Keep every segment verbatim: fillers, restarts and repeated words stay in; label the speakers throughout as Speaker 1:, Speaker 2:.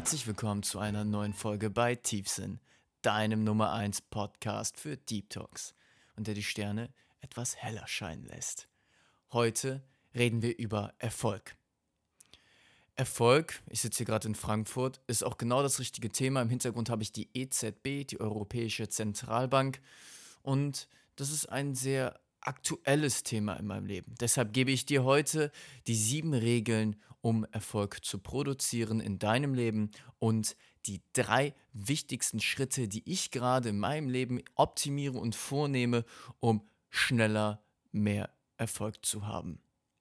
Speaker 1: Herzlich willkommen zu einer neuen Folge bei Tiefsinn, deinem Nummer eins Podcast für Deep Talks und der die Sterne etwas heller scheinen lässt. Heute reden wir über Erfolg. Erfolg, ich sitze hier gerade in Frankfurt, ist auch genau das richtige Thema. Im Hintergrund habe ich die E Z B, die Europäische Zentralbank, und das ist ein sehr aktuelles Thema in meinem Leben. Deshalb gebe ich dir heute die sieben Regeln, um Erfolg zu produzieren in deinem Leben und die drei wichtigsten Schritte, die ich gerade in meinem Leben optimiere und vornehme, um schneller mehr Erfolg zu haben.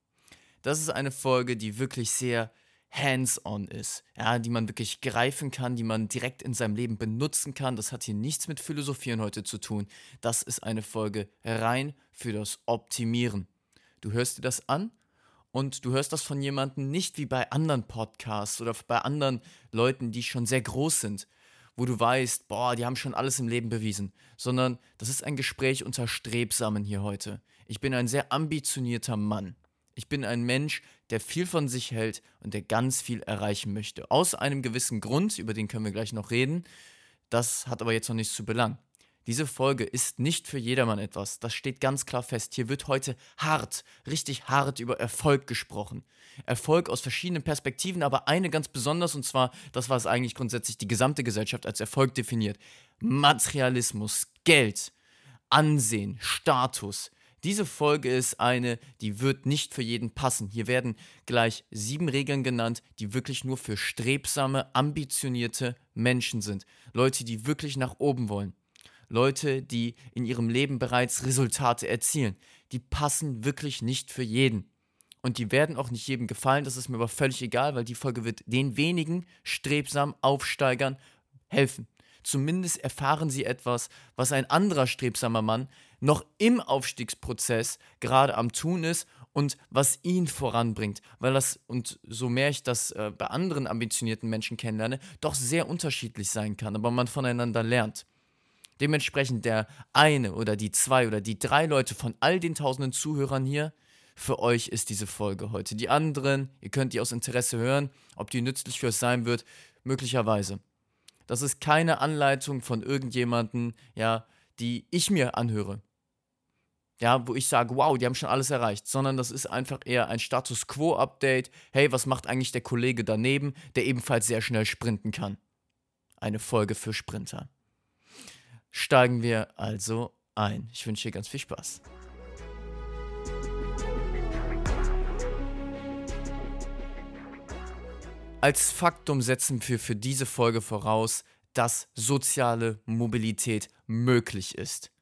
Speaker 1: Das ist eine Folge, die wirklich sehr hands-on ist, ja, die man wirklich greifen kann, die man direkt in seinem Leben benutzen kann. Das hat hier nichts mit Philosophieren heute zu tun. Das ist eine Folge rein für das Optimieren. Du hörst dir das an und du hörst das von jemandem nicht wie bei anderen Podcasts oder bei anderen Leuten, die schon sehr groß sind, wo du weißt, boah, die haben schon alles im Leben bewiesen, sondern das ist ein Gespräch unter Strebsamen hier heute. Ich bin ein sehr ambitionierter Mann. Ich bin ein Mensch, der viel von sich hält und der ganz viel erreichen möchte. Aus einem gewissen Grund, über den können wir gleich noch reden. Das hat aber jetzt noch nichts zu belangen. Diese Folge ist nicht für jedermann etwas. Das steht ganz klar fest. Hier wird heute hart, richtig hart über Erfolg gesprochen. Erfolg aus verschiedenen Perspektiven, aber eine ganz besonders, und zwar das, was eigentlich grundsätzlich die gesamte Gesellschaft als Erfolg definiert. Materialismus, Geld, Ansehen, Status. Diese Folge ist eine, die wird nicht für jeden passen. Hier werden gleich sieben Regeln genannt, die wirklich nur für strebsame, ambitionierte Menschen sind. Leute, die wirklich nach oben wollen. Leute, die in ihrem Leben bereits Resultate erzielen. Die passen wirklich nicht für jeden. Und die werden auch nicht jedem gefallen, das ist mir aber völlig egal, weil die Folge wird den wenigen strebsamen Aufsteigern helfen. Zumindest erfahren sie etwas, was ein anderer strebsamer Mann noch im Aufstiegsprozess gerade am Tun ist und was ihn voranbringt, weil das, und so mehr ich das äh, bei anderen ambitionierten Menschen kennenlerne, doch sehr unterschiedlich sein kann, aber man voneinander lernt. Dementsprechend der eine oder die zwei oder die drei Leute von all den tausenden Zuhörern hier, für euch ist diese Folge heute. Die anderen, ihr könnt die aus Interesse hören, ob die nützlich für euch sein wird, möglicherweise. Das ist keine Anleitung von irgendjemandem, ja, die ich mir anhöre. Ja, wo ich sage, wow, die haben schon alles erreicht, sondern das ist einfach eher ein Status-Quo-Update. Hey, was macht eigentlich der Kollege daneben, der ebenfalls sehr schnell sprinten kann? Eine Folge für Sprinter. Steigen wir also ein. Ich wünsche dir ganz viel Spaß. Als Faktum setzen wir für diese Folge voraus, dass soziale Mobilität möglich ist.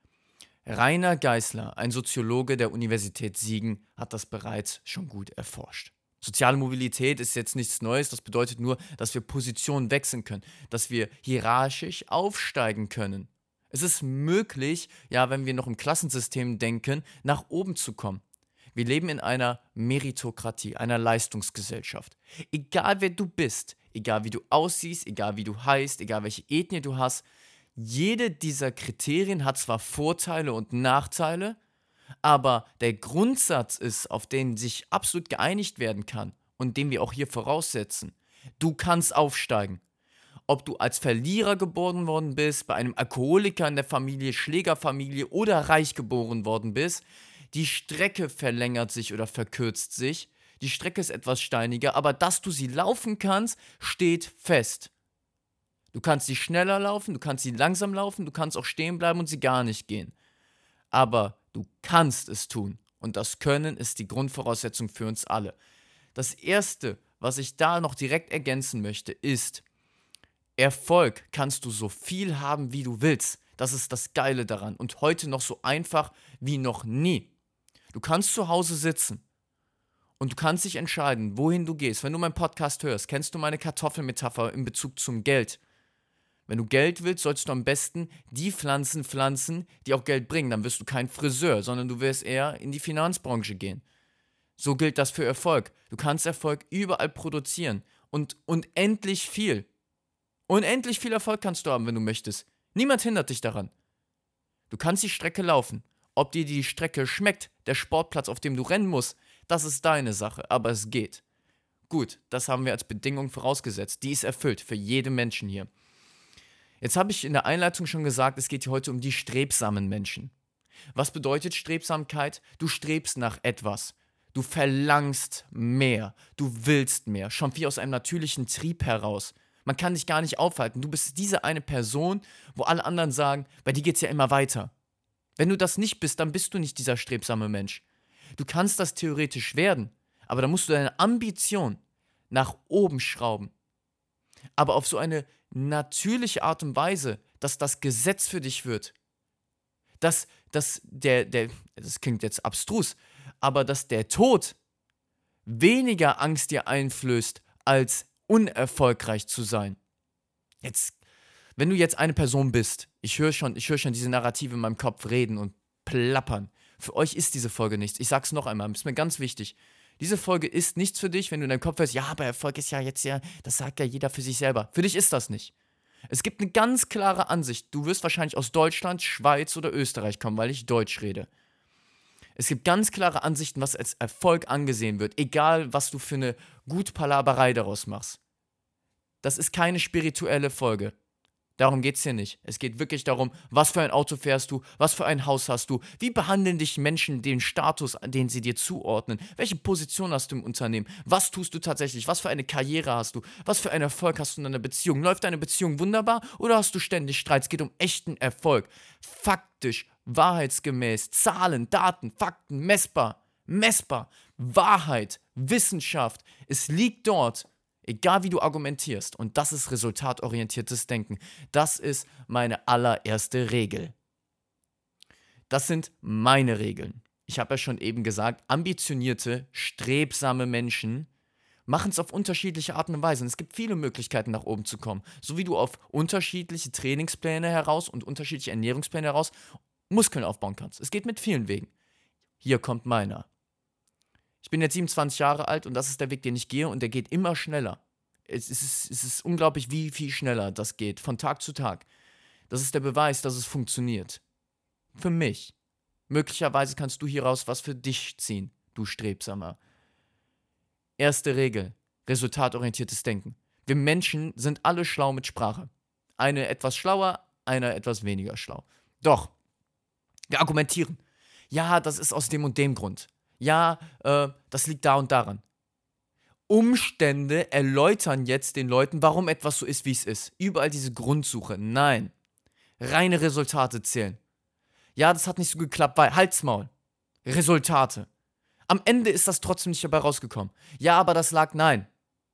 Speaker 1: Rainer Geisler, ein Soziologe der Universität Siegen, hat das bereits schon gut erforscht. Soziale Mobilität ist jetzt nichts Neues, das bedeutet nur, dass wir Positionen wechseln können, dass wir hierarchisch aufsteigen können. Es ist möglich, ja, wenn wir noch im Klassensystem denken, nach oben zu kommen. Wir leben in einer Meritokratie, einer Leistungsgesellschaft. Egal wer du bist, egal wie du aussiehst, egal wie du heißt, egal welche Ethnie du hast, jede dieser Kriterien hat zwar Vorteile und Nachteile, aber der Grundsatz ist, auf den sich absolut geeinigt werden kann und den wir auch hier voraussetzen. Du kannst aufsteigen. Ob du als Verlierer geboren worden bist, bei einem Alkoholiker in der Familie, Schlägerfamilie oder reich geboren worden bist, die Strecke verlängert sich oder verkürzt sich. Die Strecke ist etwas steiniger, aber dass du sie laufen kannst, steht fest. Du kannst sie schneller laufen, du kannst sie langsam laufen, du kannst auch stehen bleiben und sie gar nicht gehen. Aber du kannst es tun. Und das Können ist die Grundvoraussetzung für uns alle. Das Erste, was ich da noch direkt ergänzen möchte, ist, Erfolg kannst du so viel haben, wie du willst. Das ist das Geile daran. Und heute noch so einfach wie noch nie. Du kannst zu Hause sitzen und du kannst dich entscheiden, wohin du gehst. Wenn du meinen Podcast hörst, kennst du meine Kartoffelmetapher in Bezug zum Geld. Wenn du Geld willst, sollst du am besten die Pflanzen pflanzen, die auch Geld bringen. Dann wirst du kein Friseur, sondern du wirst eher in die Finanzbranche gehen. So gilt das für Erfolg. Du kannst Erfolg überall produzieren und unendlich viel. Unendlich viel Erfolg kannst du haben, wenn du möchtest. Niemand hindert dich daran. Du kannst die Strecke laufen. Ob dir die Strecke schmeckt, der Sportplatz, auf dem du rennen musst, das ist deine Sache, aber es geht. Gut, das haben wir als Bedingung vorausgesetzt. Die ist erfüllt für jeden Menschen hier. Jetzt habe ich in der Einleitung schon gesagt, es geht hier heute um die strebsamen Menschen. Was bedeutet Strebsamkeit? Du strebst nach etwas. Du verlangst mehr. Du willst mehr. Schon wie aus einem natürlichen Trieb heraus. Man kann dich gar nicht aufhalten. Du bist diese eine Person, wo alle anderen sagen, bei dir geht es ja immer weiter. Wenn du das nicht bist, dann bist du nicht dieser strebsame Mensch. Du kannst das theoretisch werden, aber dann musst du deine Ambition nach oben schrauben. Aber auf so eine natürliche Art und Weise, dass das Gesetz für dich wird. Dass, dass der, der, das klingt jetzt abstrus, aber dass der Tod weniger Angst dir einflößt, als unerfolgreich zu sein. Jetzt, wenn du jetzt eine Person bist, ich höre schon, ich höre schon diese Narrative in meinem Kopf reden und plappern. Für euch ist diese Folge nichts. Ich sag's noch einmal, ist mir ganz wichtig. Diese Folge ist nichts für dich, wenn du in deinem Kopf hörst, ja, aber Erfolg ist ja jetzt ja, das sagt ja jeder für sich selber. Für dich ist das nicht. Es gibt eine ganz klare Ansicht. Du wirst wahrscheinlich aus Deutschland, Schweiz oder Österreich kommen, weil ich Deutsch rede. Es gibt ganz klare Ansichten, was als Erfolg angesehen wird, egal was du für eine Gutpalaberei daraus machst. Das ist keine spirituelle Folge. Darum geht es hier nicht. Es geht wirklich darum, was für ein Auto fährst du, was für ein Haus hast du, wie behandeln dich Menschen den Status, den sie dir zuordnen, welche Position hast du im Unternehmen, was tust du tatsächlich, was für eine Karriere hast du, was für einen Erfolg hast du in deiner Beziehung, läuft deine Beziehung wunderbar oder hast du ständig Streit? Es geht um echten Erfolg, faktisch, wahrheitsgemäß, Zahlen, Daten, Fakten, messbar, messbar, Wahrheit, Wissenschaft, es liegt dort. Egal wie du argumentierst. Und das ist resultatorientiertes Denken. Das ist meine allererste Regel. Das sind meine Regeln. Ich habe ja schon eben gesagt, ambitionierte, strebsame Menschen machen es auf unterschiedliche Arten und Weisen. Es gibt viele Möglichkeiten, nach oben zu kommen. So wie du auf unterschiedliche Trainingspläne heraus und unterschiedliche Ernährungspläne heraus Muskeln aufbauen kannst. Es geht mit vielen Wegen. Hier kommt meiner. Ich bin jetzt siebenundzwanzig Jahre alt und das ist der Weg, den ich gehe und der geht immer schneller. Es ist, es ist unglaublich, wie viel schneller das geht, von Tag zu Tag. Das ist der Beweis, dass es funktioniert. Für mich. Möglicherweise kannst du hieraus was für dich ziehen, du Strebsamer. Erste Regel, resultatorientiertes Denken. Wir Menschen sind alle schlau mit Sprache. Eine etwas schlauer, einer etwas weniger schlau. Doch, wir argumentieren. Ja, das ist aus dem und dem Grund. Ja, äh, das liegt da und daran. Umstände erläutern jetzt den Leuten, warum etwas so ist, wie es ist. Überall diese Grundsuche. Nein. Reine Resultate zählen. Ja, das hat nicht so geklappt, weil Halsmaul. Resultate. Am Ende ist das trotzdem nicht dabei rausgekommen. Ja, aber das lag, nein.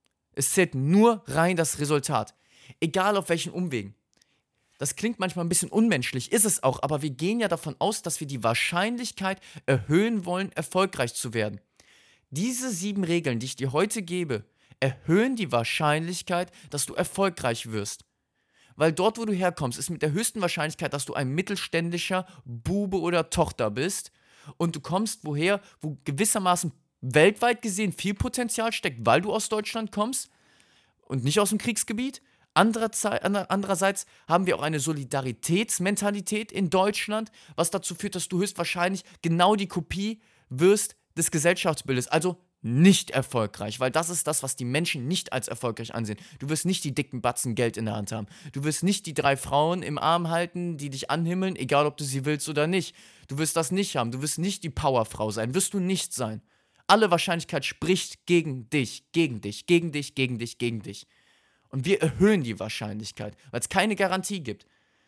Speaker 1: Es zählt nur rein das Resultat. Egal auf welchen Umwegen. Das klingt manchmal ein bisschen unmenschlich, ist es auch, aber wir gehen ja davon aus, dass wir die Wahrscheinlichkeit erhöhen wollen, erfolgreich zu werden. Diese sieben Regeln, die ich dir heute gebe, erhöhen die Wahrscheinlichkeit, dass du erfolgreich wirst. Weil dort, wo du herkommst, ist mit der höchsten Wahrscheinlichkeit, dass du ein mittelständischer Bube oder Tochter bist und du kommst woher, wo gewissermaßen weltweit gesehen viel Potenzial steckt, weil du aus Deutschland kommst und nicht aus dem Kriegsgebiet. Andererseits haben wir auch eine Solidaritätsmentalität in Deutschland, was dazu führt, dass du höchstwahrscheinlich genau die Kopie wirst des Gesellschaftsbildes, also nicht erfolgreich, weil das ist das, was die Menschen nicht als erfolgreich ansehen. Du wirst nicht die dicken Batzen Geld in der Hand haben. Du wirst nicht die drei Frauen im Arm halten, die dich anhimmeln, egal ob du sie willst oder nicht. Du wirst das nicht haben. Du wirst nicht die Powerfrau sein. Wirst du nicht sein. Alle Wahrscheinlichkeit spricht gegen dich, gegen dich, gegen dich, gegen dich, gegen dich. Und wir erhöhen die Wahrscheinlichkeit, weil es keine Garantie gibt.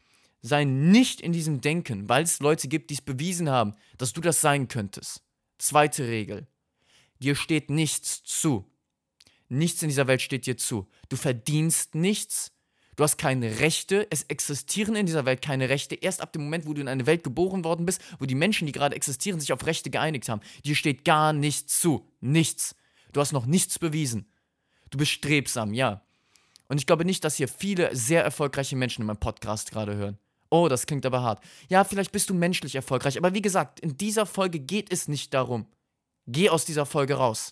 Speaker 1: Sei nicht in diesem Denken, weil es Leute gibt, die es bewiesen haben, dass du das sein könntest. Zweite Regel. Dir steht nichts zu. Nichts in dieser Welt steht dir zu. Du verdienst nichts. Du hast keine Rechte. Es existieren in dieser Welt keine Rechte. Erst ab dem Moment, wo du in eine Welt geboren worden bist, wo die Menschen, die gerade existieren, sich auf Rechte geeinigt haben. Dir steht gar nichts zu. Nichts. Du hast noch nichts bewiesen. Du bist strebsam, ja. Und ich glaube nicht, dass hier viele sehr erfolgreiche Menschen in meinem Podcast gerade hören. Oh, das klingt aber hart. Ja, vielleicht bist du menschlich erfolgreich, aber wie gesagt, in dieser Folge geht es nicht darum. Geh aus dieser Folge raus.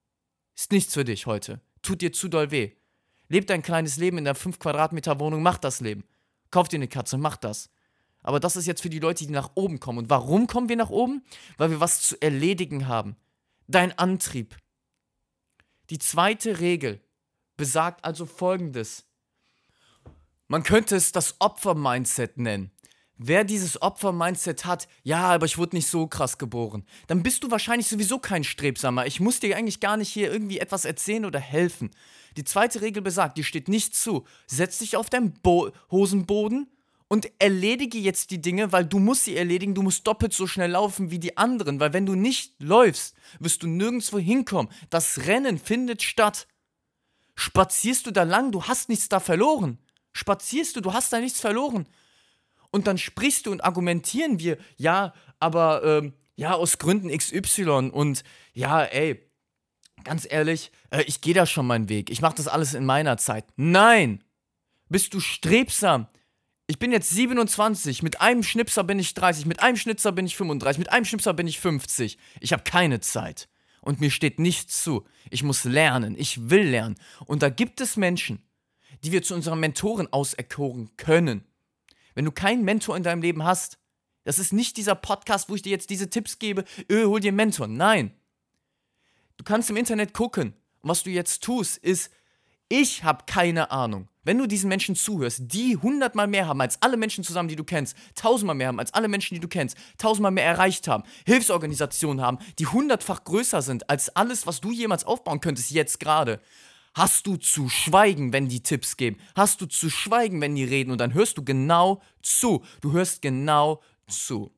Speaker 1: Ist nichts für dich heute. Tut dir zu doll weh. Leb dein kleines Leben in der fünf Quadratmeter Wohnung, mach das Leben. Kauf dir eine Katze, mach das. Aber das ist jetzt für die Leute, die nach oben kommen. Und warum kommen wir nach oben? Weil wir was zu erledigen haben. Dein Antrieb. Die zweite Regel besagt also Folgendes. Man könnte es das Opfer-Mindset nennen. Wer dieses Opfer-Mindset hat, ja, aber ich wurde nicht so krass geboren, dann bist du wahrscheinlich sowieso kein Strebsamer. Ich muss dir eigentlich gar nicht hier irgendwie etwas erzählen oder helfen. Die zweite Regel besagt, dir steht nicht zu. Setz dich auf deinen Bo- Hosenboden und erledige jetzt die Dinge, weil du musst sie erledigen, du musst doppelt so schnell laufen wie die anderen, weil wenn du nicht läufst, wirst du nirgendwo hinkommen. Das Rennen findet statt. Spazierst du da lang, du hast nichts da verloren. Spazierst du, du hast da nichts verloren. Und dann sprichst du und argumentieren wir, ja, aber, ähm, ja, aus Gründen X Y und ja, ey, ganz ehrlich, äh, ich gehe da schon meinen Weg. Ich mache das alles in meiner Zeit. Nein! Bist du strebsam? Ich bin jetzt siebenundzwanzig, mit einem Schnipser bin ich dreißig, mit einem Schnipser bin ich fünfunddreißig, mit einem Schnipser bin ich fünfzig. Ich habe keine Zeit. Und mir steht nichts zu. Ich muss lernen, ich will lernen. Und da gibt es Menschen, die wir zu unseren Mentoren auserkoren können. Wenn du keinen Mentor in deinem Leben hast, das ist nicht dieser Podcast, wo ich dir jetzt diese Tipps gebe, öh, hol dir einen Mentor. Nein. Du kannst im Internet gucken. Und was du jetzt tust, ist, ich habe keine Ahnung. Wenn du diesen Menschen zuhörst, die hundertmal mehr haben als alle Menschen zusammen, die du kennst, tausendmal mehr haben als alle Menschen, die du kennst, tausendmal mehr erreicht haben, Hilfsorganisationen haben, die hundertfach größer sind als alles, was du jemals aufbauen könntest, jetzt gerade. Hast du zu schweigen, wenn die Tipps geben? Hast du zu schweigen, wenn die reden? Und dann hörst du genau zu. Du hörst genau zu.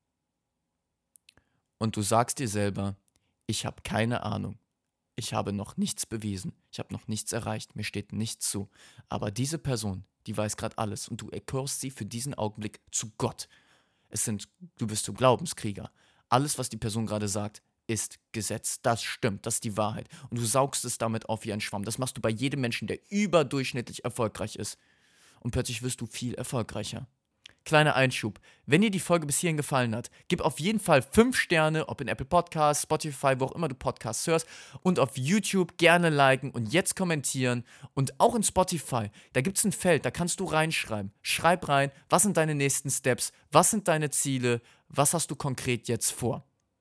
Speaker 1: Und du sagst dir selber, ich habe keine Ahnung. Ich habe noch nichts bewiesen. Ich habe noch nichts erreicht. Mir steht nichts zu. Aber diese Person, die weiß gerade alles. Und du erkörst sie für diesen Augenblick zu Gott. Es sind, du bist du Glaubenskrieger. Alles, was die Person gerade sagt, ist Gesetz. Das stimmt, das ist die Wahrheit. Und du saugst es damit auf wie ein Schwamm. Das machst du bei jedem Menschen, der überdurchschnittlich erfolgreich ist. Und plötzlich wirst du viel erfolgreicher. Kleiner Einschub. Wenn dir die Folge bis hierhin gefallen hat, gib auf jeden Fall fünf Sterne, ob in Apple Podcasts, Spotify, wo auch immer du Podcasts hörst. Und auf YouTube gerne liken und jetzt kommentieren. Und auch in Spotify, da gibt es ein Feld, da kannst du reinschreiben. Schreib rein, was sind deine nächsten Steps, was sind deine Ziele, was hast du konkret jetzt vor.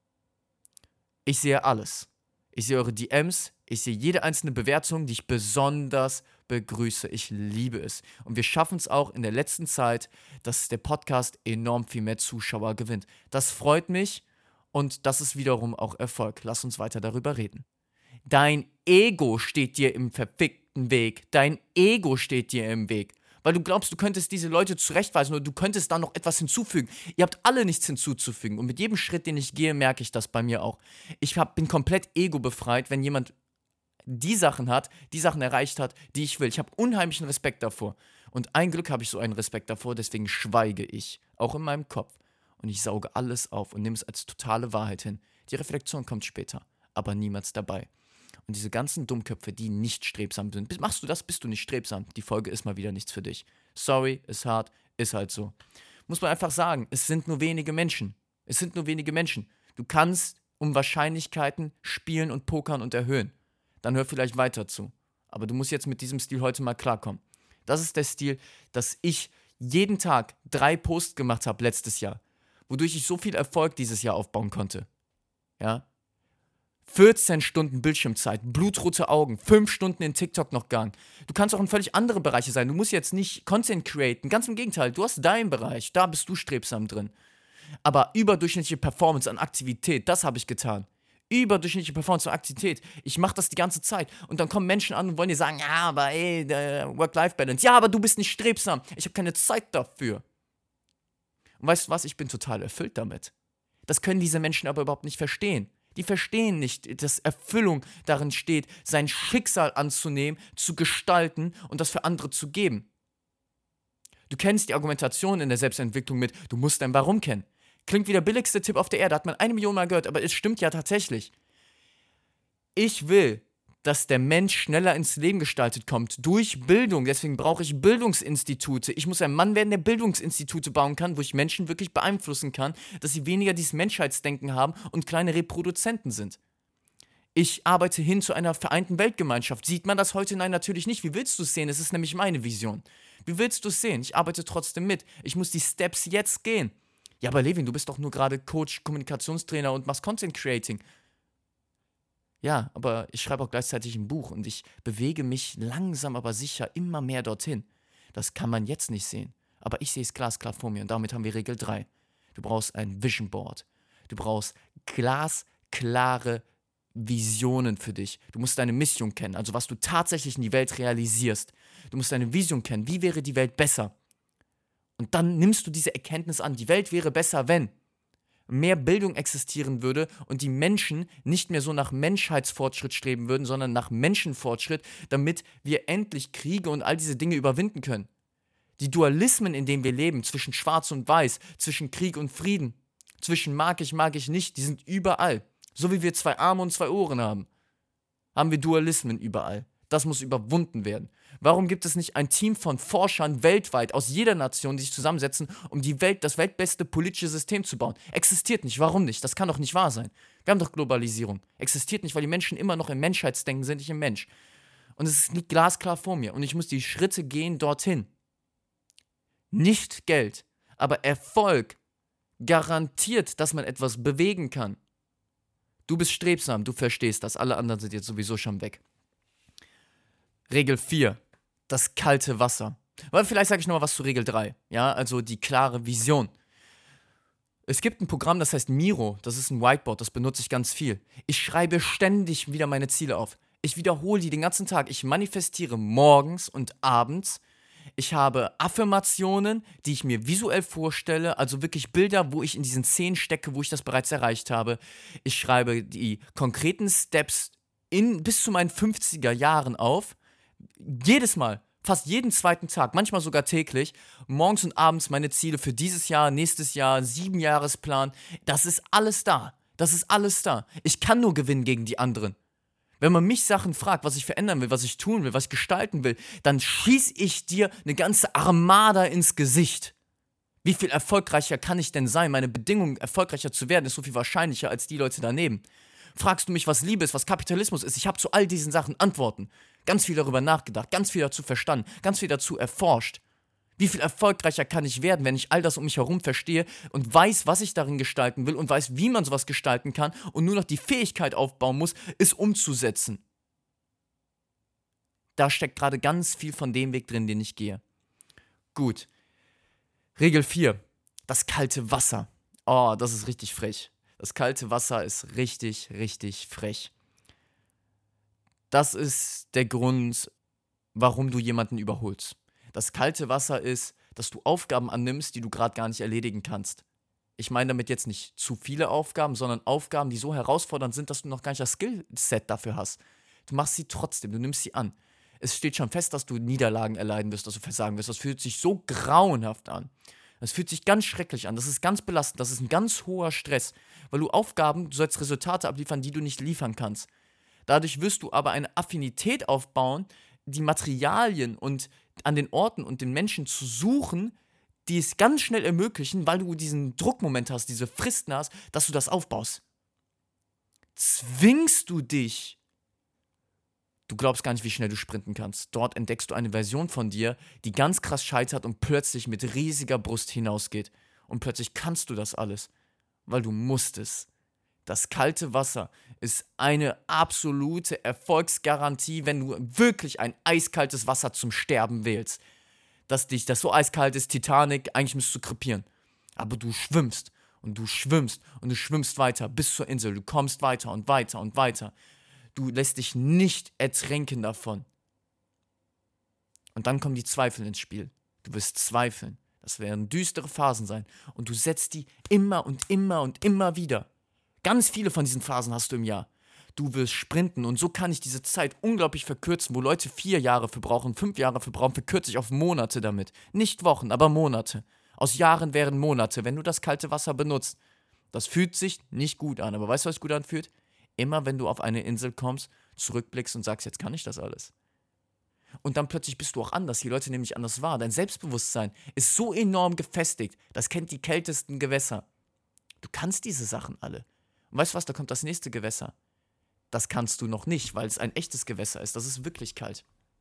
Speaker 1: Ich sehe alles. Ich sehe eure D Ms, ich sehe jede einzelne Bewertung, die ich besonders begrüße. Ich liebe es. Und wir schaffen es auch in der letzten Zeit, dass der Podcast enorm viel mehr Zuschauer gewinnt. Das freut mich und das ist wiederum auch Erfolg. Lass uns weiter darüber reden. Dein Ego steht dir im verfickten Weg. Dein Ego steht dir im Weg. Weil du glaubst, du könntest diese Leute zurechtweisen oder du könntest da noch etwas hinzufügen. Ihr habt alle nichts hinzuzufügen. Und mit jedem Schritt, den ich gehe, merke ich das bei mir auch. Ich hab, bin komplett ego-befreit, wenn jemand die Sachen hat, die Sachen erreicht hat, die ich will. Ich habe unheimlichen Respekt davor. Und ein Glück habe ich so einen Respekt davor, deswegen schweige ich, auch in meinem Kopf. Und ich sauge alles auf und nehme es als totale Wahrheit hin. Die Reflexion kommt später, aber niemals dabei. Und diese ganzen Dummköpfe, die nicht strebsam sind, machst du das, bist du nicht strebsam. Die Folge ist mal wieder nichts für dich. Sorry, ist hart, ist halt so. Muss man einfach sagen, es sind nur wenige Menschen. Es sind nur wenige Menschen. Du kannst um Wahrscheinlichkeiten spielen und pokern und erhöhen. Dann hör vielleicht weiter zu. Aber du musst jetzt mit diesem Stil heute mal klarkommen. Das ist der Stil, dass ich jeden Tag drei Posts gemacht habe letztes Jahr, wodurch ich so viel Erfolg dieses Jahr aufbauen konnte. Ja? vierzehn Stunden Bildschirmzeit, blutrote Augen, fünf Stunden in TikTok noch gegangen. Du kannst auch in völlig andere Bereiche sein. Du musst jetzt nicht Content createn. Ganz im Gegenteil, du hast deinen Bereich, da bist du strebsam drin. Aber überdurchschnittliche Performance an Aktivität, das habe ich getan. Überdurchschnittliche Performance an Aktivität. Ich mache das die ganze Zeit. Und dann kommen Menschen an und wollen dir sagen, ja, aber ey, Work-Life-Balance. Ja, aber du bist nicht strebsam. Ich habe keine Zeit dafür. Und weißt du was? Ich bin total erfüllt damit. Das können diese Menschen aber überhaupt nicht verstehen. Die verstehen nicht, dass Erfüllung darin steht, sein Schicksal anzunehmen, zu gestalten und das für andere zu geben. Du kennst die Argumentation in der Selbstentwicklung mit, du musst dein Warum kennen. Klingt wie der billigste Tipp auf der Erde, hat man eine Million Mal gehört, aber es stimmt ja tatsächlich. Ich will, dass der Mensch schneller ins Leben gestaltet kommt, durch Bildung. Deswegen brauche ich Bildungsinstitute. Ich muss ein Mann werden, der Bildungsinstitute bauen kann, wo ich Menschen wirklich beeinflussen kann, dass sie weniger dieses Menschheitsdenken haben und kleine Reproduzenten sind. Ich arbeite hin zu einer vereinten Weltgemeinschaft. Sieht man das heute? Nein, natürlich nicht. Wie willst du es sehen? Es ist nämlich meine Vision. Wie willst du es sehen? Ich arbeite trotzdem mit. Ich muss die Steps jetzt gehen. Ja, aber Levin, du bist doch nur gerade Coach, Kommunikationstrainer und machst Content Creating. Ja, aber ich schreibe auch gleichzeitig ein Buch und ich bewege mich langsam, aber sicher immer mehr dorthin. Das kann man jetzt nicht sehen, aber ich sehe es glasklar vor mir und damit haben wir Regel drei. Du brauchst ein Vision Board. Du brauchst glasklare Visionen für dich. Du musst deine Mission kennen, also was du tatsächlich in die Welt realisierst. Du musst deine Vision kennen. Wie wäre die Welt besser? Und dann nimmst du diese Erkenntnis an. Die Welt wäre besser, wenn mehr Bildung existieren würde und die Menschen nicht mehr so nach Menschheitsfortschritt streben würden, sondern nach Menschenfortschritt, damit wir endlich Kriege und all diese Dinge überwinden können. Die Dualismen, in denen wir leben, zwischen Schwarz und Weiß, zwischen Krieg und Frieden, zwischen mag ich, mag ich nicht, die sind überall. So wie wir zwei Arme und zwei Ohren haben, haben wir Dualismen überall. Das muss überwunden werden. Warum gibt es nicht ein Team von Forschern weltweit aus jeder Nation, die sich zusammensetzen, um die Welt, das weltbeste politische System zu bauen? Existiert nicht. Warum nicht? Das kann doch nicht wahr sein. Wir haben doch Globalisierung. Existiert nicht, weil die Menschen immer noch im Menschheitsdenken sind, nicht im Mensch. Und es liegt glasklar vor mir. Und ich muss die Schritte gehen dorthin. Nicht Geld, aber Erfolg garantiert, dass man etwas bewegen kann. Du bist strebsam, du verstehst das. Alle anderen sind jetzt sowieso schon weg. Regel vier. Das kalte Wasser. Aber vielleicht sage ich noch mal was zu Regel drei. Ja, also die klare Vision. Es gibt ein Programm, das heißt Miro. Das ist ein Whiteboard, das benutze ich ganz viel. Ich schreibe ständig wieder meine Ziele auf. Ich wiederhole die den ganzen Tag. Ich manifestiere morgens und abends. Ich habe Affirmationen, die ich mir visuell vorstelle, also wirklich Bilder, wo ich in diesen Szenen stecke, wo ich das bereits erreicht habe. Ich schreibe die konkreten Steps in, bis zu meinen fünfziger Jahren auf. Jedes Mal, fast jeden zweiten Tag, manchmal sogar täglich, morgens und abends meine Ziele für dieses Jahr, nächstes Jahr, Siebenjahresplan. Das ist alles da. Das ist alles da. Ich kann nur gewinnen gegen die anderen. Wenn man mich Sachen fragt, was ich verändern will, was ich tun will, was ich gestalten will, dann schieße ich dir eine ganze Armada ins Gesicht. Wie viel erfolgreicher kann ich denn sein? Meine Bedingung, erfolgreicher zu werden, ist so viel wahrscheinlicher als die Leute daneben. Fragst du mich, was Liebe ist, was Kapitalismus ist? Ich habe zu all diesen Sachen Antworten. Ganz viel darüber nachgedacht, ganz viel dazu verstanden, ganz viel dazu erforscht. Wie viel erfolgreicher kann ich werden, wenn ich all das um mich herum verstehe und weiß, was ich darin gestalten will und weiß, wie man sowas gestalten kann und nur noch die Fähigkeit aufbauen muss, es umzusetzen. Da steckt gerade ganz viel von dem Weg drin, den ich gehe. Gut. Regel vier. Das kalte Wasser. Oh, das ist richtig frech. Das kalte Wasser ist richtig, richtig frech. Das ist der Grund, warum du jemanden überholst. Das kalte Wasser ist, dass du Aufgaben annimmst, die du gerade gar nicht erledigen kannst. Ich meine damit jetzt nicht zu viele Aufgaben, sondern Aufgaben, die so herausfordernd sind, dass du noch gar nicht das Skillset dafür hast. Du machst sie trotzdem, du nimmst sie an. Es steht schon fest, dass du Niederlagen erleiden wirst, dass du versagen wirst. Das fühlt sich so grauenhaft an. Das fühlt sich ganz schrecklich an. Das ist ganz belastend. Das ist ein ganz hoher Stress. Weil du Aufgaben, du sollst Resultate abliefern, die du nicht liefern kannst. Dadurch wirst du aber eine Affinität aufbauen, die Materialien und an den Orten und den Menschen zu suchen, die es ganz schnell ermöglichen, weil du diesen Druckmoment hast, diese Fristen hast, dass du das aufbaust. Zwingst du dich. Du glaubst gar nicht, wie schnell du sprinten kannst. Dort entdeckst du eine Version von dir, die ganz krass scheitert und plötzlich mit riesiger Brust hinausgeht. Und plötzlich kannst du das alles, weil du musstest. Das kalte Wasser ist eine absolute Erfolgsgarantie, wenn du wirklich ein eiskaltes Wasser zum Sterben wählst. Das dich, das so eiskalt ist, Titanic, eigentlich müsstest du krepieren. Aber du schwimmst und du schwimmst und du schwimmst weiter bis zur Insel. Du kommst weiter und weiter und weiter. Du lässt dich nicht ertränken davon. Und dann kommen die Zweifel ins Spiel. Du wirst zweifeln. Das werden düstere Phasen sein. Und du setzt die immer und immer und immer wieder. Ganz viele von diesen Phasen hast du im Jahr. Du wirst sprinten und so kann ich diese Zeit unglaublich verkürzen, wo Leute vier Jahre für brauchen, fünf Jahre für brauchen, verkürze ich auf Monate damit. Nicht Wochen, aber Monate. Aus Jahren wären Monate, wenn du das kalte Wasser benutzt. Das fühlt sich nicht gut an, aber weißt du, was sich gut anfühlt? Immer wenn du auf eine Insel kommst, zurückblickst und sagst, jetzt kann ich das alles. Und dann plötzlich bist du auch anders, die Leute nehmen dich anders wahr. Dein Selbstbewusstsein ist so enorm gefestigt, das kennt die kältesten Gewässer. Du kannst diese Sachen alle. Und weißt du was, da kommt das nächste Gewässer. Das kannst du noch nicht, weil es ein echtes Gewässer ist. Das ist wirklich kalt.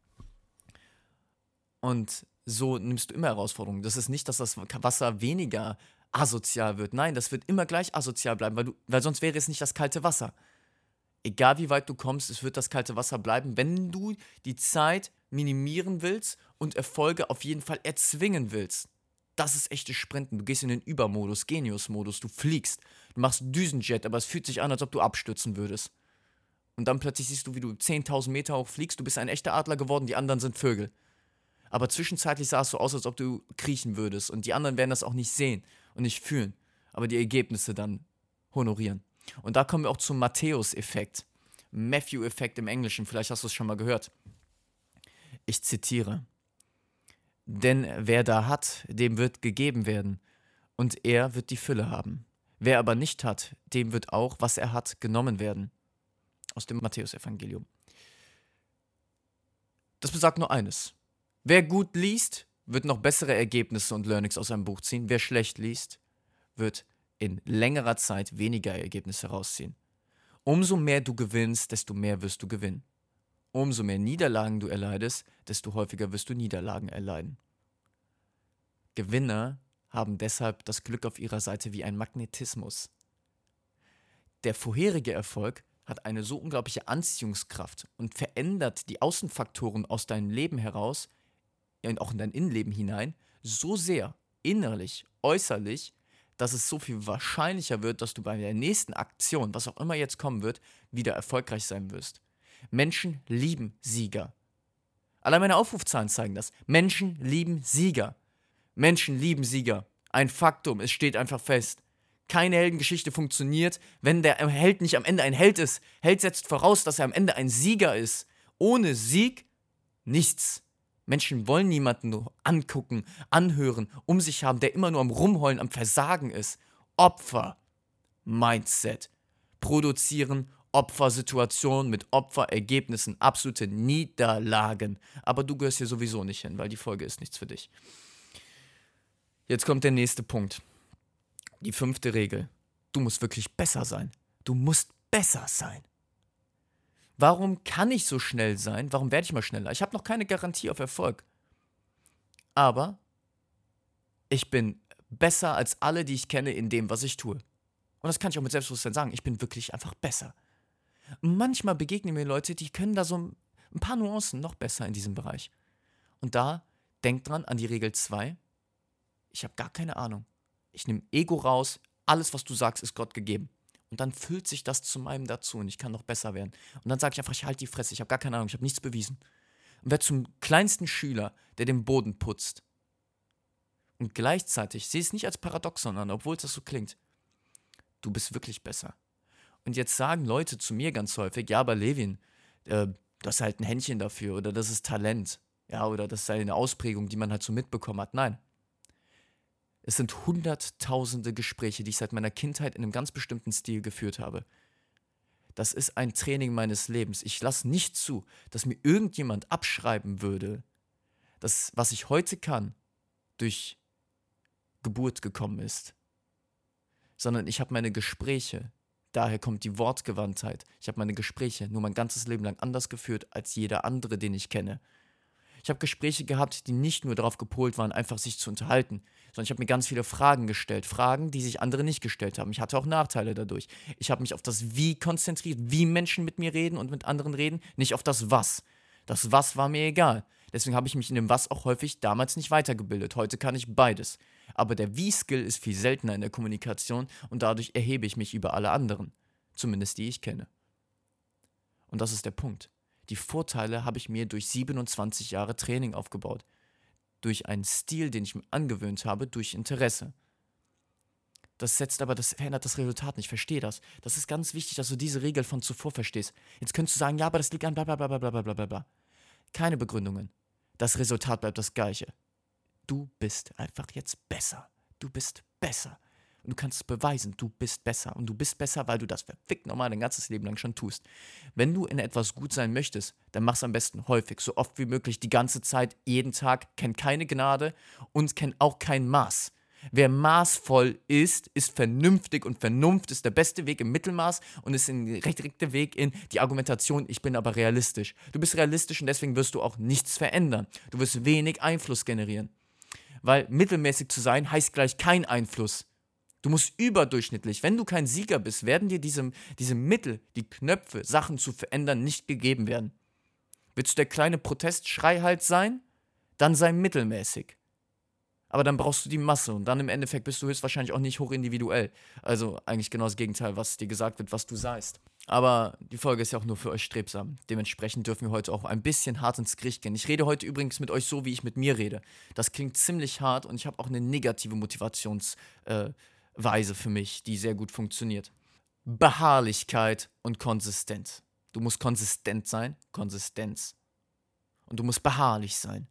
Speaker 1: Und so nimmst du immer Herausforderungen. Das ist nicht, dass das Wasser weniger asozial wird. Nein, das wird immer gleich asozial bleiben, weil, du, weil sonst wäre es nicht das kalte Wasser. Egal wie weit du kommst, es wird das kalte Wasser bleiben, wenn du die Zeit minimieren willst und Erfolge auf jeden Fall erzwingen willst. Das ist echtes Sprinten. Du gehst in den Übermodus, Genius-Modus, du fliegst. Du machst Düsenjet, aber es fühlt sich an, als ob du abstürzen würdest. Und dann plötzlich siehst du, wie du zehntausend Meter hoch fliegst, du bist ein echter Adler geworden, die anderen sind Vögel. Aber zwischenzeitlich sah es so aus, als ob du kriechen würdest. Und die anderen werden das auch nicht sehen und nicht fühlen, aber die Ergebnisse dann honorieren. Und da kommen wir auch zum Matthäus-Effekt. Matthew-Effekt im Englischen, vielleicht hast du es schon mal gehört. Ich zitiere. Denn wer da hat, dem wird gegeben werden, und er wird die Fülle haben. Wer aber nicht hat, dem wird auch, was er hat, genommen werden. Aus dem Matthäus-Evangelium. Das besagt nur eines. Wer gut liest, wird noch bessere Ergebnisse und Learnings aus einem Buch ziehen. Wer schlecht liest, wird in längerer Zeit weniger Ergebnisse rausziehen. Umso mehr du gewinnst, desto mehr wirst du gewinnen. Umso mehr Niederlagen du erleidest, desto häufiger wirst du Niederlagen erleiden. Gewinner haben deshalb das Glück auf ihrer Seite wie ein Magnetismus. Der vorherige Erfolg hat eine so unglaubliche Anziehungskraft und verändert die Außenfaktoren aus deinem Leben heraus und auch in dein Innenleben hinein so sehr, innerlich, äußerlich, dass es so viel wahrscheinlicher wird, dass du bei der nächsten Aktion, was auch immer jetzt kommen wird, wieder erfolgreich sein wirst. Menschen lieben Sieger. Allein meine Aufrufzahlen zeigen das. Menschen lieben Sieger. Menschen lieben Sieger. Ein Faktum, es steht einfach fest. Keine Heldengeschichte funktioniert, wenn der Held nicht am Ende ein Held ist. Held setzt voraus, dass er am Ende ein Sieger ist. Ohne Sieg nichts. Menschen wollen niemanden nur angucken, anhören, um sich haben, der immer nur am Rumheulen, am Versagen ist. Opfer. Mindset. Produzieren Opfersituationen mit Opferergebnissen. Absolute Niederlagen. Aber du gehörst hier sowieso nicht hin, weil die Folge ist nichts für dich. Jetzt kommt der nächste Punkt. Die fünfte Regel. Du musst wirklich besser sein. Du musst besser sein. Warum kann ich so schnell sein? Warum werde ich mal schneller? Ich habe noch keine Garantie auf Erfolg. Aber ich bin besser als alle, die ich kenne, in dem, was ich tue. Und das kann ich auch mit Selbstbewusstsein sagen. Ich bin wirklich einfach besser. Und manchmal begegnen mir Leute, die können da so ein paar Nuancen noch besser in diesem Bereich. Und da, denk dran an die Regel zwei. Ich habe gar keine Ahnung. Ich nehme Ego raus, alles, was du sagst, ist Gott gegeben. Und dann füllt sich das zu meinem dazu und ich kann noch besser werden. Und dann sage ich einfach, ich halte die Fresse, ich habe gar keine Ahnung, ich habe nichts bewiesen. Und werde zum kleinsten Schüler, der den Boden putzt. Und gleichzeitig, sehe es nicht als Paradoxon an, obwohl es das so klingt, du bist wirklich besser. Und jetzt sagen Leute zu mir ganz häufig, ja, aber Levin, äh, du hast halt ein Händchen dafür oder das ist Talent. Ja, oder das sei eine Ausprägung, die man halt so mitbekommen hat. Nein. Es sind hunderttausende Gespräche, die ich seit meiner Kindheit in einem ganz bestimmten Stil geführt habe. Das ist ein Training meines Lebens. Ich lasse nicht zu, dass mir irgendjemand abschreiben würde, dass was ich heute kann, durch Geburt gekommen ist. Sondern ich habe meine Gespräche, daher kommt die Wortgewandtheit, ich habe meine Gespräche nur mein ganzes Leben lang anders geführt als jeder andere, den ich kenne. Ich habe Gespräche gehabt, die nicht nur darauf gepolt waren, einfach sich zu unterhalten, sondern ich habe mir ganz viele Fragen gestellt. Fragen, die sich andere nicht gestellt haben. Ich hatte auch Nachteile dadurch. Ich habe mich auf das Wie konzentriert, wie Menschen mit mir reden und mit anderen reden, nicht auf das Was. Das Was war mir egal. Deswegen habe ich mich in dem Was auch häufig damals nicht weitergebildet. Heute kann ich beides. Aber der Wie-Skill ist viel seltener in der Kommunikation und dadurch erhebe ich mich über alle anderen. Zumindest die ich kenne. Und das ist der Punkt. Die Vorteile habe ich mir durch siebenundzwanzig Jahre Training aufgebaut. Durch einen Stil, den ich mir angewöhnt habe, durch Interesse. Das setzt aber, das verändert das Resultat nicht. Versteh das. Das ist ganz wichtig, dass du diese Regel von zuvor verstehst. Jetzt könntest du sagen, ja, aber das liegt an bla bla bla bla bla bla bla. Keine Begründungen. Das Resultat bleibt das gleiche. Du bist einfach jetzt besser. Du bist besser. Und du kannst es beweisen, du bist besser. Und du bist besser, weil du das verfickt normal dein ganzes Leben lang schon tust. Wenn du in etwas gut sein möchtest, dann mach es am besten häufig, so oft wie möglich, die ganze Zeit, jeden Tag. Kenn keine Gnade und kenn auch kein Maß. Wer maßvoll ist, ist vernünftig und Vernunft ist der beste Weg im Mittelmaß und ist ein direkter Weg in die Argumentation, ich bin aber realistisch. Du bist realistisch und deswegen wirst du auch nichts verändern. Du wirst wenig Einfluss generieren. Weil mittelmäßig zu sein heißt gleich kein Einfluss. Du musst überdurchschnittlich, wenn du kein Sieger bist, werden dir diese, diese Mittel, die Knöpfe, Sachen zu verändern, nicht gegeben werden. Willst du der kleine Protestschrei halt sein? Dann sei mittelmäßig. Aber dann brauchst du die Masse und dann im Endeffekt bist du höchstwahrscheinlich auch nicht hochindividuell. Also eigentlich genau das Gegenteil, was dir gesagt wird, was du seist. Aber die Folge ist ja auch nur für euch strebsam. Dementsprechend dürfen wir heute auch ein bisschen hart ins Gericht gehen. Ich rede heute übrigens mit euch so, wie ich mit mir rede. Das klingt ziemlich hart und ich habe auch eine negative Motivationsweise äh, für mich, die sehr gut funktioniert. Beharrlichkeit und Konsistenz. Du musst konsistent sein, Konsistenz. Und du musst beharrlich sein.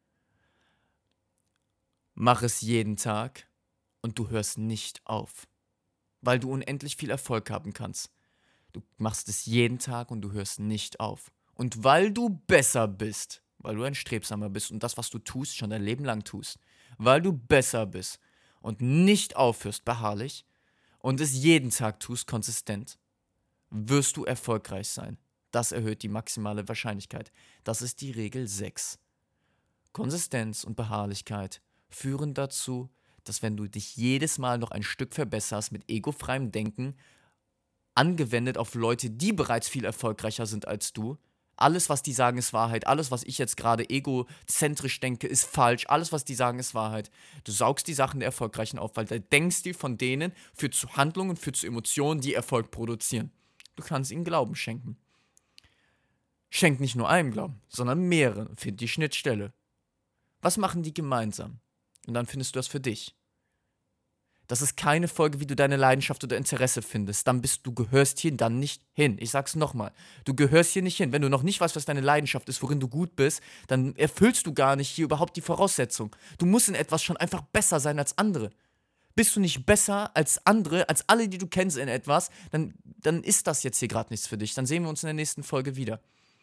Speaker 1: Mach es jeden Tag und du hörst nicht auf, weil du unendlich viel Erfolg haben kannst. Du machst es jeden Tag und du hörst nicht auf. Und weil du besser bist, weil du ein Strebsamer bist und das, was du tust, schon dein Leben lang tust, weil du besser bist und nicht aufhörst beharrlich und es jeden Tag tust konsistent, wirst du erfolgreich sein. Das erhöht die maximale Wahrscheinlichkeit. Das ist die Regel sechs. Konsistenz und Beharrlichkeit führen dazu, dass wenn du dich jedes Mal noch ein Stück verbesserst mit egofreiem Denken, angewendet auf Leute, die bereits viel erfolgreicher sind als du, alles, was die sagen, ist Wahrheit, alles, was ich jetzt gerade egozentrisch denke, ist falsch, alles, was die sagen, ist Wahrheit. Du saugst die Sachen der Erfolgreichen auf, weil der Denkstil von denen führt zu Handlungen, führt zu Emotionen, die Erfolg produzieren. Du kannst ihnen Glauben schenken. Schenk nicht nur einem Glauben, sondern mehreren. Find die Schnittstelle. Was machen die gemeinsam? Und dann findest du das für dich. Das ist keine Folge, wie du deine Leidenschaft oder Interesse findest. Dann bist du, gehörst hier dann nicht hin. Ich sag's nochmal. Du gehörst hier nicht hin. Wenn du noch nicht weißt, was deine Leidenschaft ist, worin du gut bist, dann erfüllst du gar nicht hier überhaupt die Voraussetzung. Du musst in etwas schon einfach besser sein als andere. Bist du nicht besser als andere, als alle, die du kennst in etwas, dann, dann ist das jetzt hier gerade nichts für dich. Dann sehen wir uns in der nächsten Folge wieder.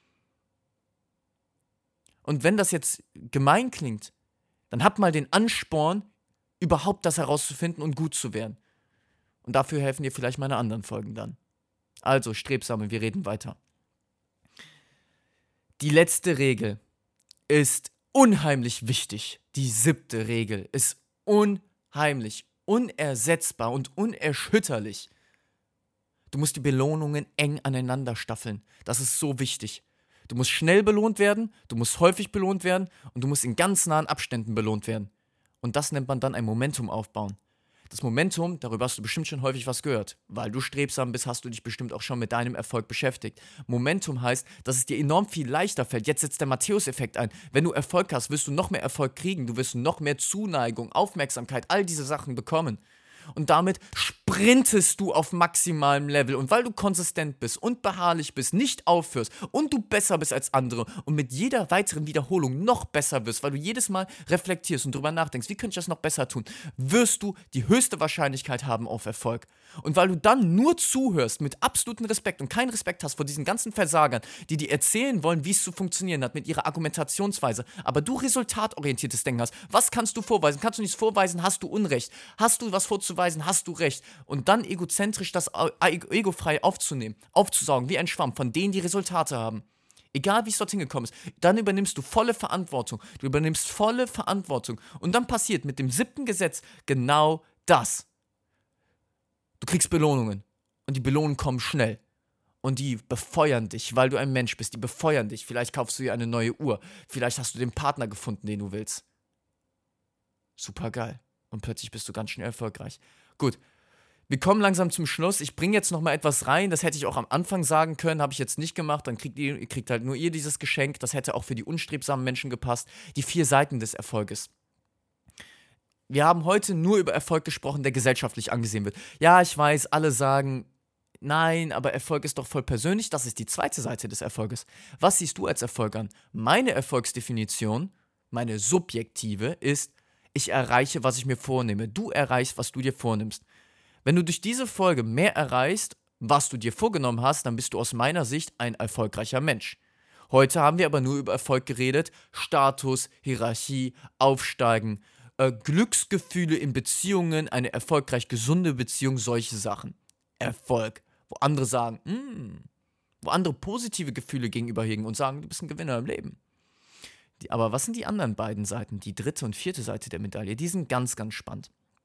Speaker 1: Und wenn das jetzt gemein klingt, dann hab mal den Ansporn, überhaupt das herauszufinden und gut zu werden. Und dafür helfen dir vielleicht meine anderen Folgen dann. Also, Strebsame, wir reden weiter. Die letzte Regel ist unheimlich wichtig. Die siebte Regel ist unheimlich, unersetzbar und unerschütterlich. Du musst die Belohnungen eng aneinander staffeln. Das ist so wichtig. Du musst schnell belohnt werden, du musst häufig belohnt werden und du musst in ganz nahen Abständen belohnt werden. Und das nennt man dann ein Momentum aufbauen. Das Momentum, darüber hast du bestimmt schon häufig was gehört. Weil du strebsam bist, hast du dich bestimmt auch schon mit deinem Erfolg beschäftigt. Momentum heißt, dass es dir enorm viel leichter fällt. Jetzt setzt der Matthäus-Effekt ein. Wenn du Erfolg hast, wirst du noch mehr Erfolg kriegen. Du wirst noch mehr Zuneigung, Aufmerksamkeit, all diese Sachen bekommen. Und damit sprintest du auf maximalem Level. Und weil du konsistent bist und beharrlich bist, nicht aufhörst und du besser bist als andere und mit jeder weiteren Wiederholung noch besser wirst, weil du jedes Mal reflektierst und drüber nachdenkst, wie könnte ich das noch besser tun, wirst du die höchste Wahrscheinlichkeit haben auf Erfolg. Und weil du dann nur zuhörst mit absolutem Respekt und keinen Respekt hast vor diesen ganzen Versagern, die dir erzählen wollen, wie es zu funktionieren hat mit ihrer Argumentationsweise, aber du resultatorientiertes Denken hast, was kannst du vorweisen? Kannst du nichts vorweisen, hast du Unrecht. Hast du was vorzuweisen, hast du Recht. Und dann egozentrisch das egofrei aufzunehmen, aufzusaugen wie ein Schwamm von denen, die Resultate haben. Egal wie es dorthin gekommen ist, dann übernimmst du volle Verantwortung. Du übernimmst volle Verantwortung. Und dann passiert mit dem siebten Gesetz genau das. Du kriegst Belohnungen. Und die Belohnungen kommen schnell. Und die befeuern dich, weil du ein Mensch bist. Die befeuern dich. Vielleicht kaufst du dir eine neue Uhr. Vielleicht hast du den Partner gefunden, den du willst. Super geil. Und plötzlich bist du ganz schnell erfolgreich. Gut, wir kommen langsam zum Schluss. Ich bringe jetzt noch mal etwas rein. Das hätte ich auch am Anfang sagen können, habe ich jetzt nicht gemacht. Dann kriegt ihr, ihr kriegt halt nur ihr dieses Geschenk. Das hätte auch für die unstrebsamen Menschen gepasst. Die vier Seiten des Erfolges. Wir haben heute nur über Erfolg gesprochen, der gesellschaftlich angesehen wird. Ja, ich weiß, alle sagen, nein, aber Erfolg ist doch voll persönlich. Das ist die zweite Seite des Erfolges. Was siehst du als Erfolg an? Meine Erfolgsdefinition, meine subjektive, ist, ich erreiche, was ich mir vornehme. Du erreichst, was du dir vornimmst. Wenn du durch diese Folge mehr erreichst, was du dir vorgenommen hast, dann bist du aus meiner Sicht ein erfolgreicher Mensch. Heute haben wir aber nur über Erfolg geredet. Status, Hierarchie, Aufsteigen, äh, Glücksgefühle in Beziehungen, eine erfolgreich gesunde Beziehung, solche Sachen. Erfolg. Wo andere sagen, mm, wo andere positive Gefühle gegenüberhegen und sagen, du bist ein Gewinner im Leben. Die, aber was sind die anderen beiden Seiten, die dritte und vierte Seite der Medaille? Die sind ganz, ganz spannend.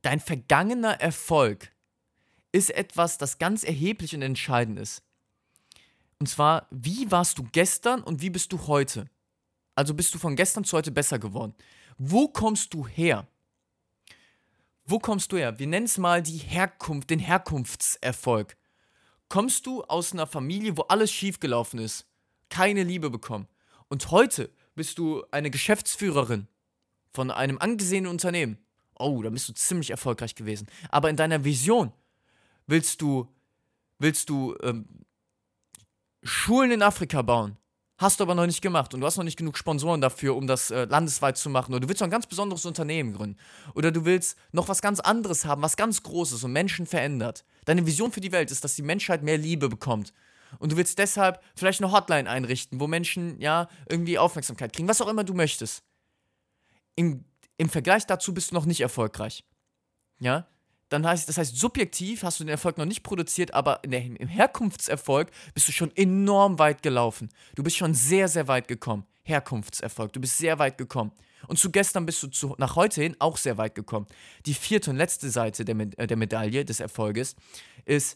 Speaker 1: Dein vergangener Erfolg ist etwas, das ganz erheblich und entscheidend ist. Und zwar, wie warst du gestern und wie bist du heute? Also bist du von gestern zu heute besser geworden. Wo kommst du her? Wo kommst du her? Wir nennen es mal die Herkunft, den Herkunftserfolg. Kommst du aus einer Familie, wo alles schiefgelaufen ist, keine Liebe bekommen und heute bist du eine Geschäftsführerin von einem angesehenen Unternehmen? Oh, da bist du ziemlich erfolgreich gewesen. Aber in deiner Vision willst du, willst du ähm, Schulen in Afrika bauen. Hast du aber noch nicht gemacht und du hast noch nicht genug Sponsoren dafür, um das äh, landesweit zu machen. Oder du willst noch ein ganz besonderes Unternehmen gründen. Oder du willst noch was ganz anderes haben, was ganz Großes und Menschen verändert. Deine Vision für die Welt ist, dass die Menschheit mehr Liebe bekommt. Und du willst deshalb vielleicht eine Hotline einrichten, wo Menschen ja irgendwie Aufmerksamkeit kriegen, was auch immer du möchtest. Im, im Vergleich dazu bist du noch nicht erfolgreich. Ja? Dann heißt, das heißt, subjektiv hast du den Erfolg noch nicht produziert, aber in der, im Herkunftserfolg bist du schon enorm weit gelaufen. Du bist schon sehr, sehr weit gekommen. Herkunftserfolg, du bist sehr weit gekommen. Und zu gestern bist du zu, nach heute hin auch sehr weit gekommen. Die vierte und letzte Seite der, Med- äh, der Medaille des Erfolges ist,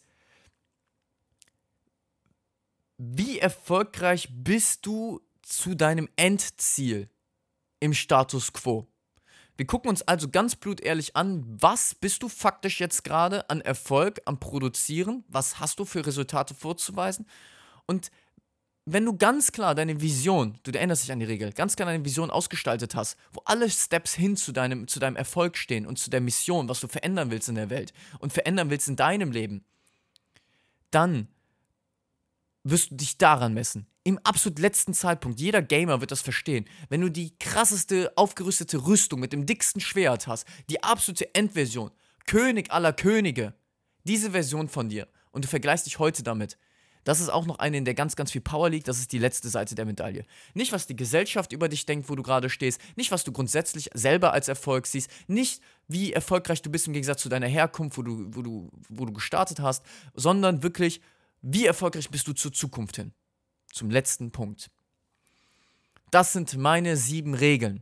Speaker 1: wie erfolgreich bist du zu deinem Endziel im Status quo? Wir gucken uns also ganz blutehrlich an, was bist du faktisch jetzt gerade an Erfolg, am Produzieren, was hast du für Resultate vorzuweisen und wenn du ganz klar deine Vision, du erinnerst dich an die Regel, ganz klar deine Vision ausgestaltet hast, wo alle Steps hin zu deinem, zu deinem Erfolg stehen und zu der Mission, was du verändern willst in der Welt und verändern willst in deinem Leben, dann wirst du dich daran messen. Im absolut letzten Zeitpunkt, jeder Gamer wird das verstehen, wenn du die krasseste, aufgerüstete Rüstung mit dem dicksten Schwert hast, die absolute Endversion, König aller Könige, diese Version von dir und du vergleichst dich heute damit, das ist auch noch eine, in der ganz, ganz viel Power liegt, das ist die letzte Seite der Medaille. Nicht, was die Gesellschaft über dich denkt, wo du gerade stehst, nicht, was du grundsätzlich selber als Erfolg siehst, nicht, wie erfolgreich du bist im Gegensatz zu deiner Herkunft, wo du, wo du, wo du gestartet hast, sondern wirklich, wie erfolgreich bist du zur Zukunft hin? Zum letzten Punkt. Das sind meine sieben Regeln.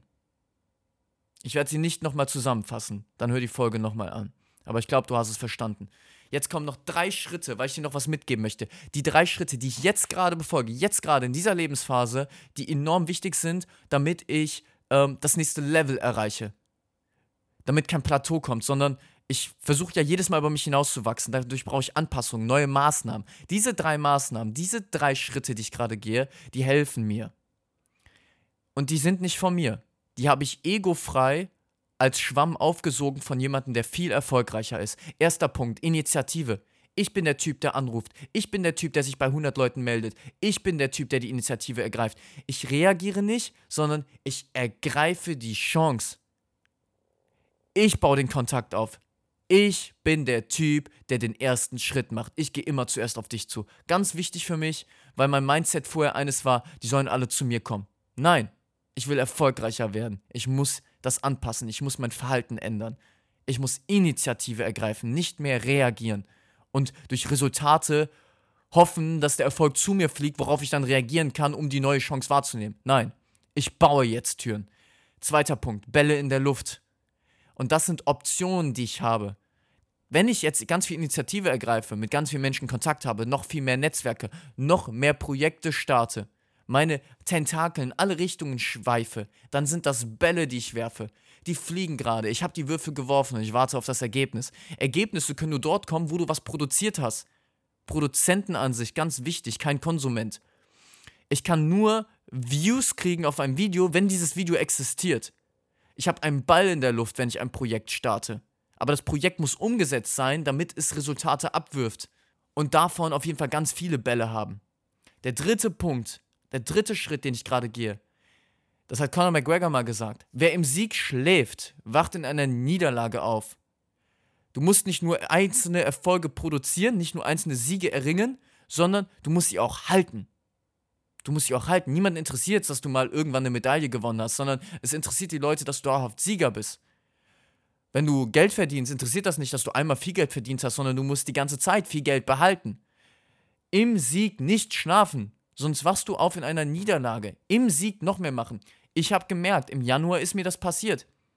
Speaker 1: Ich werde sie nicht nochmal zusammenfassen, dann hör die Folge nochmal an. Aber ich glaube, du hast es verstanden. Jetzt kommen noch drei Schritte, weil ich dir noch was mitgeben möchte. Die drei Schritte, die ich jetzt gerade befolge, jetzt gerade in dieser Lebensphase, die enorm wichtig sind, damit ich ähm, das nächste Level erreiche. Damit kein Plateau kommt, sondern ich versuche ja jedes Mal über mich hinauszuwachsen. Dadurch brauche ich Anpassungen, neue Maßnahmen. Diese drei Maßnahmen, diese drei Schritte, die ich gerade gehe, die helfen mir. Und die sind nicht von mir. Die habe ich egofrei als Schwamm aufgesogen von jemandem, der viel erfolgreicher ist. Erster Punkt, Initiative. Ich bin der Typ, der anruft. Ich bin der Typ, der sich bei hundert Leuten meldet. Ich bin der Typ, der die Initiative ergreift. Ich reagiere nicht, sondern ich ergreife die Chance. Ich baue den Kontakt auf. Ich bin der Typ, der den ersten Schritt macht. Ich gehe immer zuerst auf dich zu. Ganz wichtig für mich, weil mein Mindset vorher eines war, die sollen alle zu mir kommen. Nein, ich will erfolgreicher werden. Ich muss das anpassen. Ich muss mein Verhalten ändern. Ich muss Initiative ergreifen, nicht mehr reagieren. Und durch Resultate hoffen, dass der Erfolg zu mir fliegt, worauf ich dann reagieren kann, um die neue Chance wahrzunehmen. Nein, ich baue jetzt Türen. Zweiter Punkt, Bälle in der Luft. Und das sind Optionen, die ich habe. Wenn ich jetzt ganz viel Initiative ergreife, mit ganz vielen Menschen Kontakt habe, noch viel mehr Netzwerke, noch mehr Projekte starte, meine Tentakel in alle Richtungen schweife, dann sind das Bälle, die ich werfe. Die fliegen gerade. Ich habe die Würfel geworfen und ich warte auf das Ergebnis. Ergebnisse können nur dort kommen, wo du was produziert hast. Produzentenansicht, ganz wichtig, kein Konsument. Ich kann nur Views kriegen auf ein Video, wenn dieses Video existiert. Ich habe einen Ball in der Luft, wenn ich ein Projekt starte. Aber das Projekt muss umgesetzt sein, damit es Resultate abwirft. Und davon auf jeden Fall ganz viele Bälle haben. Der dritte Punkt, der dritte Schritt, den ich gerade gehe, das hat Conor McGregor mal gesagt. Wer im Sieg schläft, wacht in einer Niederlage auf. Du musst nicht nur einzelne Erfolge produzieren, nicht nur einzelne Siege erringen, sondern du musst sie auch halten. Du musst sie auch halten. Niemand interessiert es, dass du mal irgendwann eine Medaille gewonnen hast, sondern es interessiert die Leute, dass du dauerhaft Sieger bist. Wenn du Geld verdienst, interessiert das nicht, dass du einmal viel Geld verdient hast, sondern du musst die ganze Zeit viel Geld behalten. Im Sieg nicht schlafen, sonst wachst du auf in einer Niederlage. Im Sieg noch mehr machen. Ich habe gemerkt, im Januar ist mir das passiert.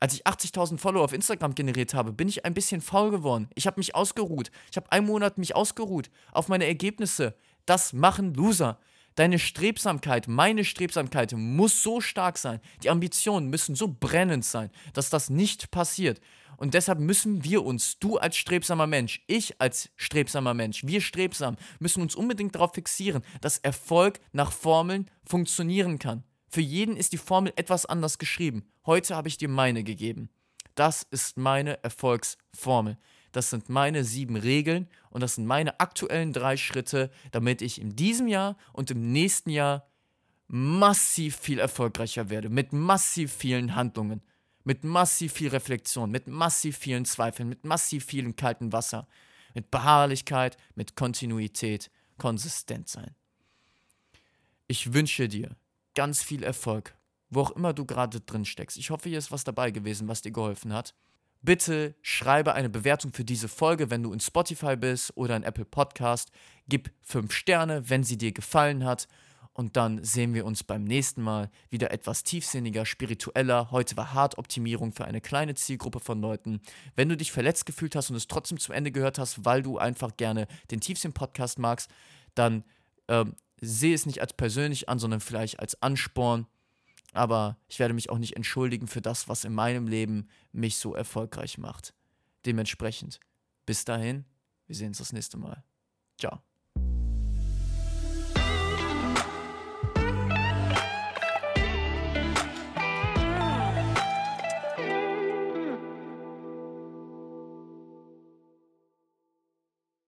Speaker 1: Als ich achtzigtausend Follower auf Instagram generiert habe, bin ich ein bisschen faul geworden. Ich habe mich ausgeruht. Ich habe einen Monat mich ausgeruht auf meine Ergebnisse. Das machen Loser. Deine Strebsamkeit, meine Strebsamkeit muss so stark sein. Die Ambitionen müssen so brennend sein, dass das nicht passiert. Und deshalb müssen wir uns, du als strebsamer Mensch, ich als strebsamer Mensch, wir strebsam, müssen uns unbedingt darauf fixieren, dass Erfolg nach Formeln funktionieren kann. Für jeden ist die Formel etwas anders geschrieben. Heute habe ich dir meine gegeben. Das ist meine Erfolgsformel. Das sind meine sieben Regeln und das sind meine aktuellen drei Schritte, damit ich in diesem Jahr und im nächsten Jahr massiv viel erfolgreicher werde. Mit massiv vielen Handlungen, mit massiv viel Reflexion, mit massiv vielen Zweifeln, mit massiv vielem kalten Wasser, mit Beharrlichkeit, mit Kontinuität, konsistent sein. Ich wünsche dir ganz viel Erfolg, wo auch immer du gerade drin steckst. Ich hoffe, hier ist was dabei gewesen, was dir geholfen hat. Bitte schreibe eine Bewertung für diese Folge, wenn du in Spotify bist oder in Apple Podcast. Gib fünf Sterne, wenn sie dir gefallen hat. Und dann sehen wir uns beim nächsten Mal wieder etwas tiefsinniger, spiritueller. Heute war Hartoptimierung für eine kleine Zielgruppe von Leuten. Wenn du dich verletzt gefühlt hast und es trotzdem zum Ende gehört hast, weil du einfach gerne den Tiefsinn-Podcast magst, dann ähm, sehe es nicht als persönlich an, sondern vielleicht als Ansporn. Aber ich werde mich auch nicht entschuldigen für das, was in meinem Leben mich so erfolgreich macht. Dementsprechend, bis dahin, wir sehen uns das nächste Mal. Ciao.